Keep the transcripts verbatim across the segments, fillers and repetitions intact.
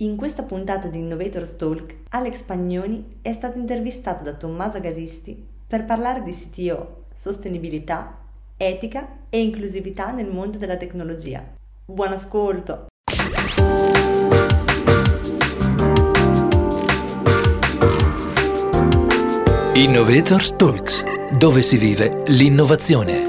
In questa puntata di Innovators Talk, Alex Pagnoni è stato intervistato da Tommaso Gasisti per parlare di C T O, sostenibilità, etica e inclusività nel mondo della tecnologia. Buon ascolto! Innovators Talks, dove si vive l'innovazione.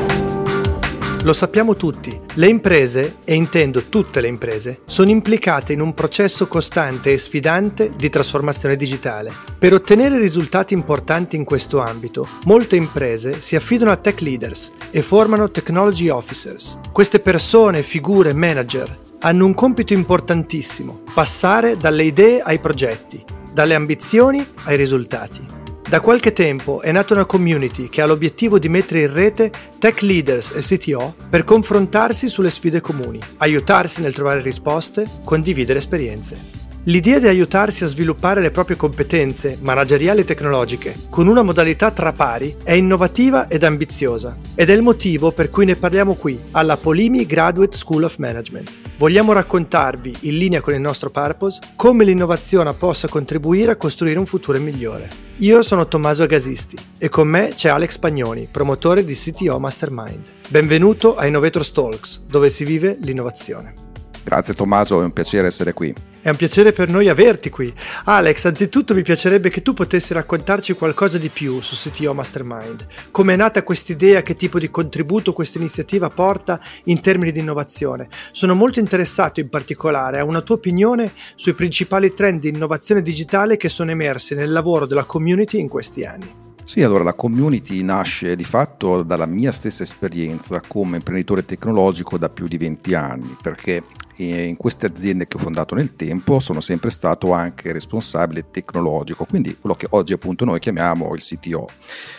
Lo sappiamo tutti, le imprese, e intendo tutte le imprese, sono implicate in un processo costante e sfidante di trasformazione digitale. Per ottenere risultati importanti in questo ambito, molte imprese si affidano a tech leaders e formano technology officers. Queste persone, figure, manager, hanno un compito importantissimo: passare dalle idee ai progetti, dalle ambizioni ai risultati. Da qualche tempo è nata una community che ha l'obiettivo di mettere in rete tech leaders e C T O per confrontarsi sulle sfide comuni, aiutarsi nel trovare risposte, condividere esperienze. L'idea di aiutarsi a sviluppare le proprie competenze manageriali e tecnologiche con una modalità tra pari è innovativa ed ambiziosa, ed è il motivo per cui ne parliamo qui, alla Polimi Graduate School of Management. Vogliamo raccontarvi, in linea con il nostro purpose, come l'innovazione possa contribuire a costruire un futuro migliore. Io sono Tommaso Gasisti e con me c'è Alex Pagnoni, promotore di C T O Mastermind. Benvenuto a Innovators Talks, dove si vive l'innovazione. Grazie Tommaso, è un piacere essere qui. È un piacere per noi averti qui. Alex, anzitutto mi piacerebbe che tu potessi raccontarci qualcosa di più su C T O Mastermind. Come è nata quest'idea, che tipo di contributo questa iniziativa porta in termini di innovazione. Sono molto interessato in particolare a una tua opinione sui principali trend di innovazione digitale che sono emersi nel lavoro della community in questi anni. Sì, allora la community nasce di fatto dalla mia stessa esperienza come imprenditore tecnologico da più di venti anni, perché in queste aziende che ho fondato nel tempo sono sempre stato anche responsabile tecnologico, quindi quello che oggi appunto noi chiamiamo il C T O.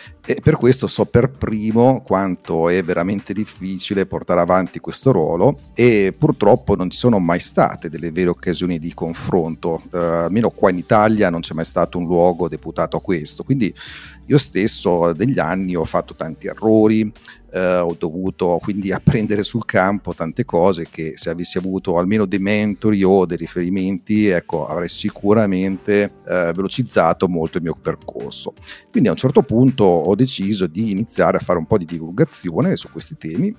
E per questo so per primo quanto è veramente difficile portare avanti questo ruolo, e purtroppo non ci sono mai state delle vere occasioni di confronto, uh, almeno qua in Italia non c'è mai stato un luogo deputato a questo, quindi io stesso negli anni ho fatto tanti errori, Uh, ho dovuto quindi apprendere sul campo tante cose che, se avessi avuto almeno dei mentori o dei riferimenti, ecco, avrei sicuramente uh, velocizzato molto il mio percorso. Quindi a un certo punto ho deciso di iniziare a fare un po' di divulgazione su questi temi,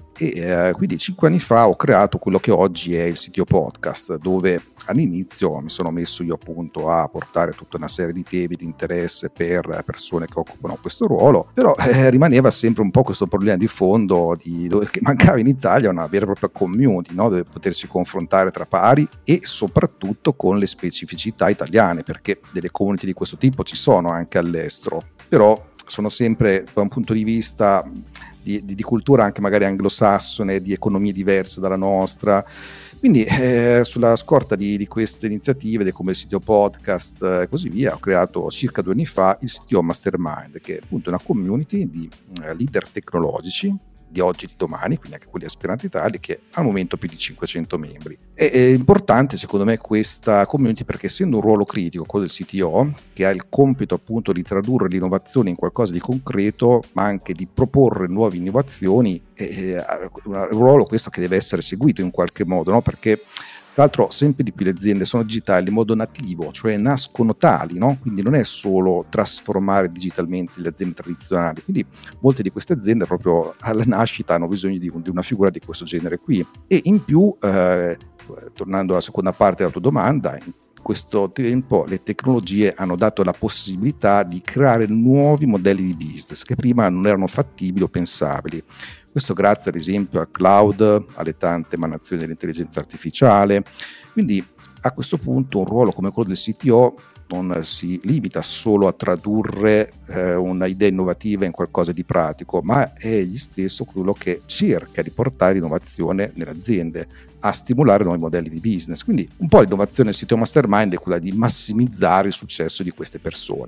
e uh, quindi cinque anni fa ho creato quello che oggi è il C T O Podcast, dove all'inizio mi sono messo io appunto a portare tutta una serie di temi di interesse per persone che occupano questo ruolo, però eh, rimaneva sempre un po' questo problema di fondo di dove, che mancava in Italia una vera e propria community, no? Dove potersi confrontare tra pari e soprattutto con le specificità italiane, perché delle community di questo tipo ci sono anche all'estero, però sono sempre da un punto di vista di, di, di cultura anche magari anglosassone, di economie diverse dalla nostra. Quindi eh, sulla scorta di, di queste iniziative come il C T O Podcast e eh, così via, ho creato circa due anni fa il C T O Mastermind, che è appunto una community di eh, leader tecnologici di oggi e di domani, quindi anche quelli aspiranti tali, che al momento più di cinquecento membri. È, è importante secondo me questa community perché, essendo un ruolo critico quello del C T O, che ha il compito appunto di tradurre l'innovazione in qualcosa di concreto, ma anche di proporre nuove innovazioni, è un ruolo questo che deve essere seguito in qualche modo, no? Perché tra l'altro sempre di più le aziende sono digitali in modo nativo, cioè nascono tali, no? Quindi non è solo trasformare digitalmente le aziende tradizionali, quindi molte di queste aziende proprio alla nascita hanno bisogno di, un, di una figura di questo genere qui. E in più, eh, tornando alla seconda parte della tua domanda, in questo tempo le tecnologie hanno dato la possibilità di creare nuovi modelli di business che prima non erano fattibili o pensabili. Questo grazie ad esempio al cloud, alle tante emanazioni dell'intelligenza artificiale. Quindi a questo punto un ruolo come quello del C T O non si limita solo a tradurre eh, una idea innovativa in qualcosa di pratico, ma è egli stesso quello che cerca di portare innovazione nelle aziende, a stimolare nuovi modelli di business. Quindi un po' l'innovazione del C T O Mastermind è quella di massimizzare il successo di queste persone.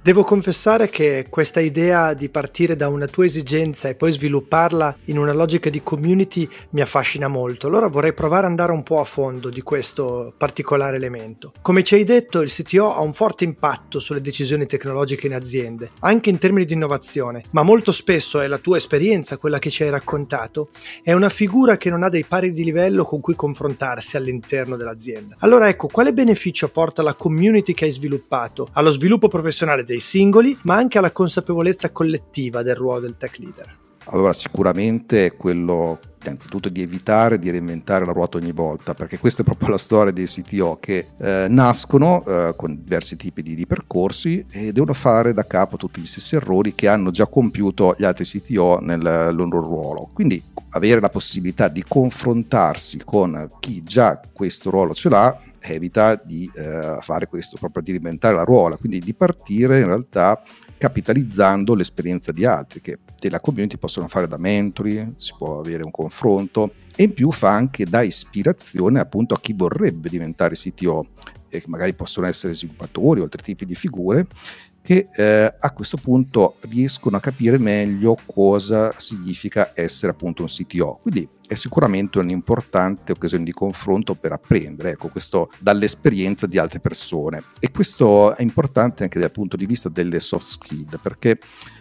Devo confessare che questa idea di partire da una tua esigenza e poi svilupparla in una logica di community mi affascina molto. Allora vorrei provare ad andare un po' a fondo di questo particolare elemento. Come ci hai detto, il C T O ha un forte impatto sulle decisioni tecnologiche in aziende, anche in termini di innovazione, ma molto spesso è la tua esperienza, quella che ci hai raccontato, è una figura che non ha dei pari di livello con cui confrontarsi all'interno dell'azienda. Allora ecco, quale beneficio porta la community che hai sviluppato allo sviluppo professionale dei singoli, ma anche alla consapevolezza collettiva del ruolo del tech leader? Allora, sicuramente è quello innanzitutto di evitare di reinventare la ruota ogni volta, perché questa è proprio la storia dei C T O che eh, nascono eh, con diversi tipi di, di percorsi e devono fare da capo tutti gli stessi errori che hanno già compiuto gli altri C T O nel loro ruolo. Quindi avere la possibilità di confrontarsi con chi già questo ruolo ce l'ha evita di eh, fare questo, proprio di reinventare la ruota, quindi di partire in realtà capitalizzando l'esperienza di altri che della community possono fare da mentori, si può avere un confronto e in più fa anche da ispirazione appunto a chi vorrebbe diventare C T O e che magari possono essere sviluppatori o altri tipi di figure che eh, a questo punto riescono a capire meglio cosa significa essere appunto un C T O. Quindi è sicuramente un'importante occasione di confronto per apprendere, ecco, questo dall'esperienza di altre persone. E questo è importante anche dal punto di vista delle soft skill, perché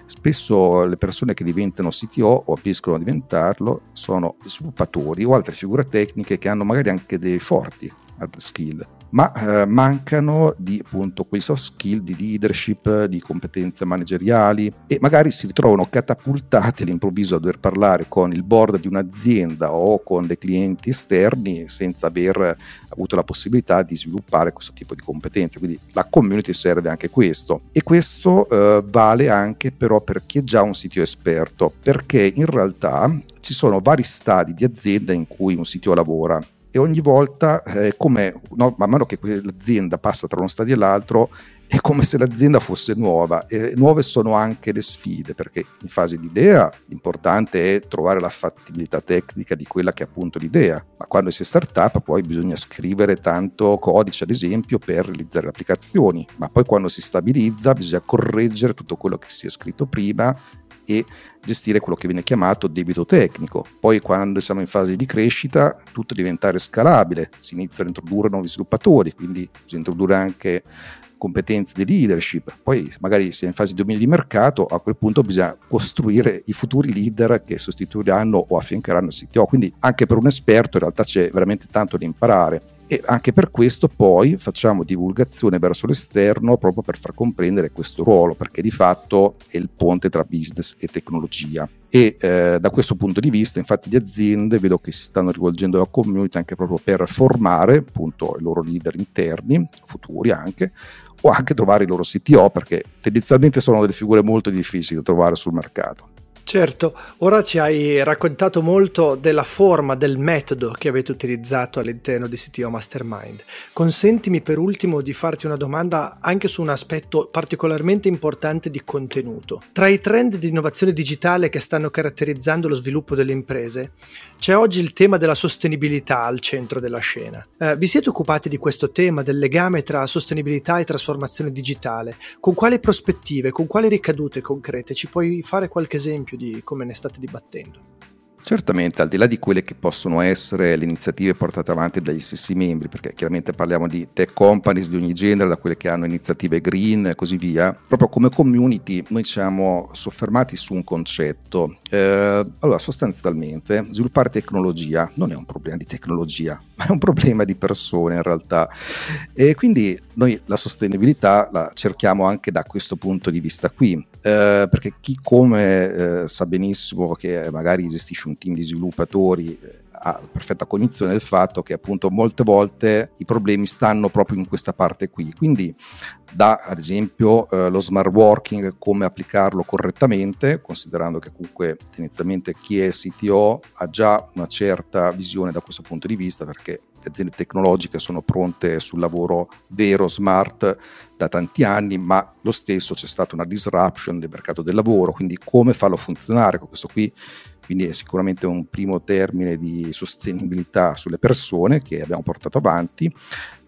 spesso le persone che diventano C T O o ambiscono a diventarlo sono sviluppatori o altre figure tecniche che hanno magari anche dei forti hard skill, ma eh, mancano di appunto quei soft skill di leadership, di competenze manageriali e magari si ritrovano catapultati all'improvviso a dover parlare con il board di un'azienda o con dei clienti esterni senza aver avuto la possibilità di sviluppare questo tipo di competenze. Quindi la community serve anche questo e questo eh, vale anche però per chi è già un C T O esperto, perché in realtà ci sono vari stadi di azienda in cui un C T O lavora e ogni volta è come no, man mano che l'azienda passa tra uno stadio e l'altro è come se l'azienda fosse nuova e nuove sono anche le sfide, perché in fase di idea l'importante è trovare la fattibilità tecnica di quella che è appunto l'idea, ma quando si è startup poi bisogna scrivere tanto codice ad esempio per realizzare le applicazioni, ma poi quando si stabilizza bisogna correggere tutto quello che si è scritto prima e gestire quello che viene chiamato debito tecnico. Poi quando siamo in fase di crescita tutto diventare scalabile, si iniziano a introdurre nuovi sviluppatori, quindi si introdurre anche competenze di leadership, poi magari si è in fase di dominio di mercato, a quel punto bisogna costruire i futuri leader che sostituiranno o affiancheranno il C T O, quindi anche per un esperto in realtà c'è veramente tanto da imparare. E anche per questo poi facciamo divulgazione verso l'esterno proprio per far comprendere questo ruolo, perché di fatto è il ponte tra business e tecnologia. E eh, da questo punto di vista infatti le aziende vedo che si stanno rivolgendo alla community anche proprio per formare appunto i loro leader interni, futuri anche, o anche trovare i loro C T O, perché tendenzialmente sono delle figure molto difficili da trovare sul mercato. Certo, ora ci hai raccontato molto della forma, del metodo che avete utilizzato all'interno di C T O Mastermind. Consentimi per ultimo di farti una domanda anche su un aspetto particolarmente importante di contenuto. Tra i trend di innovazione digitale che stanno caratterizzando lo sviluppo delle imprese, c'è oggi il tema della sostenibilità al centro della scena. Eh, vi siete occupati di questo tema, del legame tra sostenibilità e trasformazione digitale? Con quali prospettive, con quali ricadute concrete? Ci puoi fare qualche esempio di come ne state dibattendo? Certamente, al di là di quelle che possono essere le iniziative portate avanti dagli stessi membri, perché chiaramente parliamo di tech companies di ogni genere, da quelle che hanno iniziative green e così via, proprio come community noi ci siamo soffermati su un concetto. Eh, allora, sostanzialmente, sviluppare tecnologia non è un problema di tecnologia, ma è un problema di persone in realtà. E quindi noi la sostenibilità la cerchiamo anche da questo punto di vista qui, eh, perché chi come eh, sa benissimo che magari gestisce un team di sviluppatori eh, ha perfetta cognizione del fatto che appunto molte volte i problemi stanno proprio in questa parte qui, quindi da ad esempio eh, lo smart working, come applicarlo correttamente, considerando che comunque tendenzialmente chi è C T O ha già una certa visione da questo punto di vista, perché le aziende tecnologiche sono pronte sul lavoro vero, smart da tanti anni, ma lo stesso c'è stata una disruption del mercato del lavoro, quindi come farlo funzionare con questo qui. Quindi è sicuramente un primo termine di sostenibilità sulle persone che abbiamo portato avanti,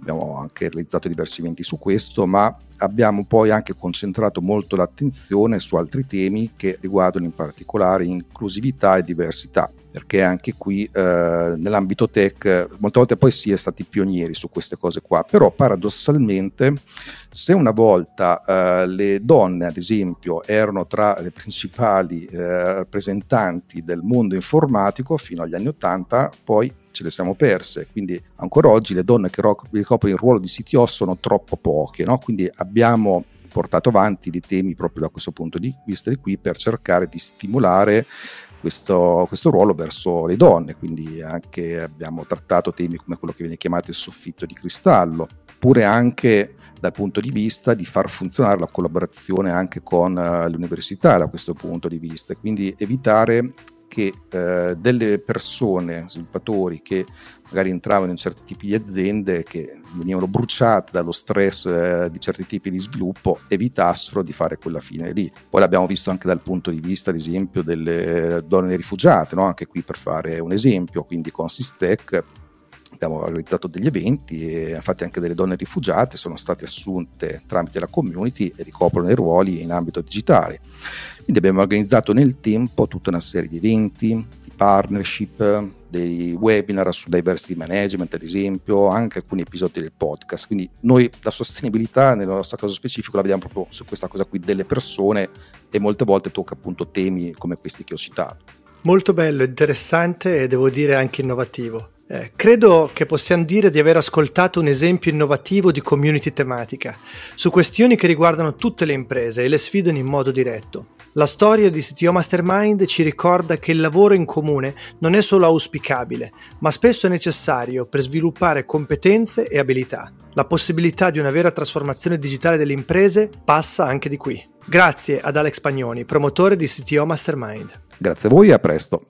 abbiamo anche realizzato diversi eventi su questo, ma abbiamo poi anche concentrato molto l'attenzione su altri temi che riguardano in particolare inclusività e diversità, perché anche qui eh, nell'ambito tech molte volte poi si è stati pionieri su queste cose qua, però paradossalmente se una volta eh, le donne ad esempio erano tra le principali eh, rappresentanti del mondo informatico fino agli anni ottanta, poi ce le siamo perse, quindi ancora oggi le donne che ricoprono il ruolo di C T O sono troppo poche, no? Quindi abbiamo portato avanti dei temi proprio da questo punto di vista di qui per cercare di stimolare questo, questo ruolo verso le donne, quindi anche abbiamo trattato temi come quello che viene chiamato il soffitto di cristallo, oppure anche dal punto di vista di far funzionare la collaborazione anche con uh, l'università da questo punto di vista, quindi evitare che eh, delle persone, sviluppatori che magari entravano in certi tipi di aziende che venivano bruciate dallo stress eh, di certi tipi di sviluppo, evitassero di fare quella fine lì. Poi l'abbiamo visto anche dal punto di vista, ad esempio, delle donne rifugiate, no? Anche qui per fare un esempio, quindi con Sistec abbiamo realizzato degli eventi e infatti anche delle donne rifugiate sono state assunte tramite la community e ricoprono i ruoli in ambito digitale. Quindi abbiamo organizzato nel tempo tutta una serie di eventi, di partnership, dei webinar su diversity management ad esempio, anche alcuni episodi del podcast. Quindi noi la sostenibilità nel nostro caso specifico la vediamo proprio su questa cosa qui delle persone e molte volte tocca appunto temi come questi che ho citato. Molto bello, interessante e devo dire anche innovativo. Eh, credo che possiamo dire di aver ascoltato un esempio innovativo di community tematica su questioni che riguardano tutte le imprese e le sfidano in modo diretto. La storia di C T O Mastermind ci ricorda che il lavoro in comune non è solo auspicabile, ma spesso è necessario per sviluppare competenze e abilità. La possibilità di una vera trasformazione digitale delle imprese passa anche di qui. Grazie ad Alex Pagnoni, promotore di C T O Mastermind. Grazie a voi e a presto.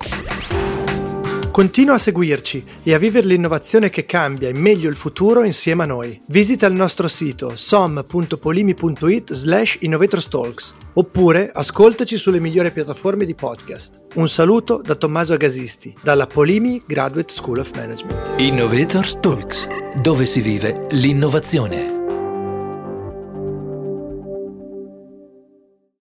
Continua a seguirci e a vivere l'innovazione che cambia in meglio il futuro insieme a noi. Visita il nostro sito som.polimi.it slash innovatorstalks oppure ascoltaci sulle migliori piattaforme di podcast. Un saluto da Tommaso Agasisti, dalla Polimi Graduate School of Management. Innovators Talks, dove si vive l'innovazione.